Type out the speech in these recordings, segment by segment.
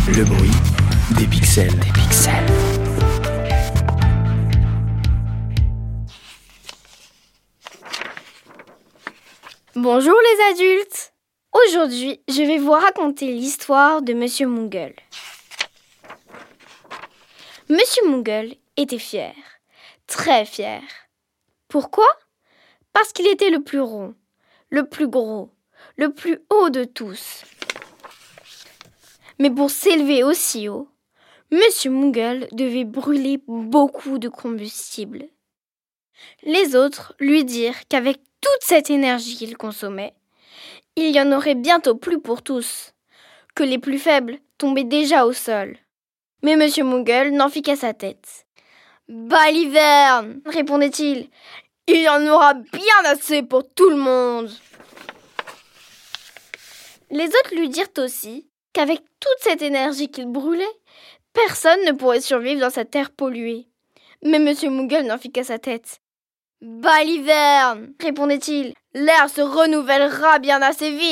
Le bruit des pixels. Bonjour les adultes! Aujourd'hui, je vais vous raconter l'histoire de Monsieur Mungle. Monsieur Mungle était fier, très fier. Pourquoi? Parce qu'il était le plus rond, le plus gros, le plus haut de tous. Mais pour s'élever aussi haut, Monsieur Mungle devait brûler beaucoup de combustible. Les autres lui dirent qu'avec toute cette énergie qu'il consommait, il y en aurait bientôt plus pour tous, que les plus faibles tombaient déjà au sol. Mais Monsieur Mungle n'en fit qu'à sa tête. « Baliverne !» répondait-il. « Il y en aura bien assez pour tout le monde !» Les autres lui dirent aussi qu'avec toute cette énergie qu'il brûlait, personne ne pourrait survivre dans cette terre polluée. Mais Monsieur Mungle n'en fit qu'à sa tête. « Baliverne !» répondait-il. « L'air se renouvellera bien assez vite !»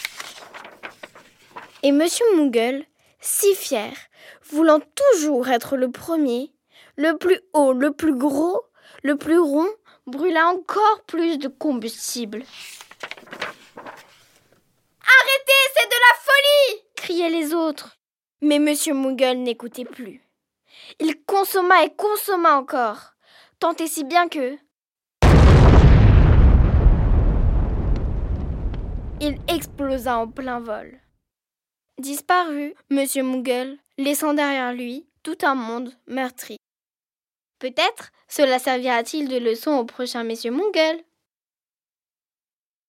Et Monsieur Mungle, si fier, voulant toujours être le premier, le plus haut, le plus gros, le plus rond, brûla encore plus de combustible. « Arrêtez, c'est de la folie !» criaient les autres. Mais Monsieur Mungle n'écoutait plus. Il consomma et consomma encore, tant et si bien que... il explosa en plein vol. Disparut Monsieur Mungle, laissant derrière lui tout un monde meurtri. Peut-être cela servira-t-il de leçon au prochain Monsieur Mungle.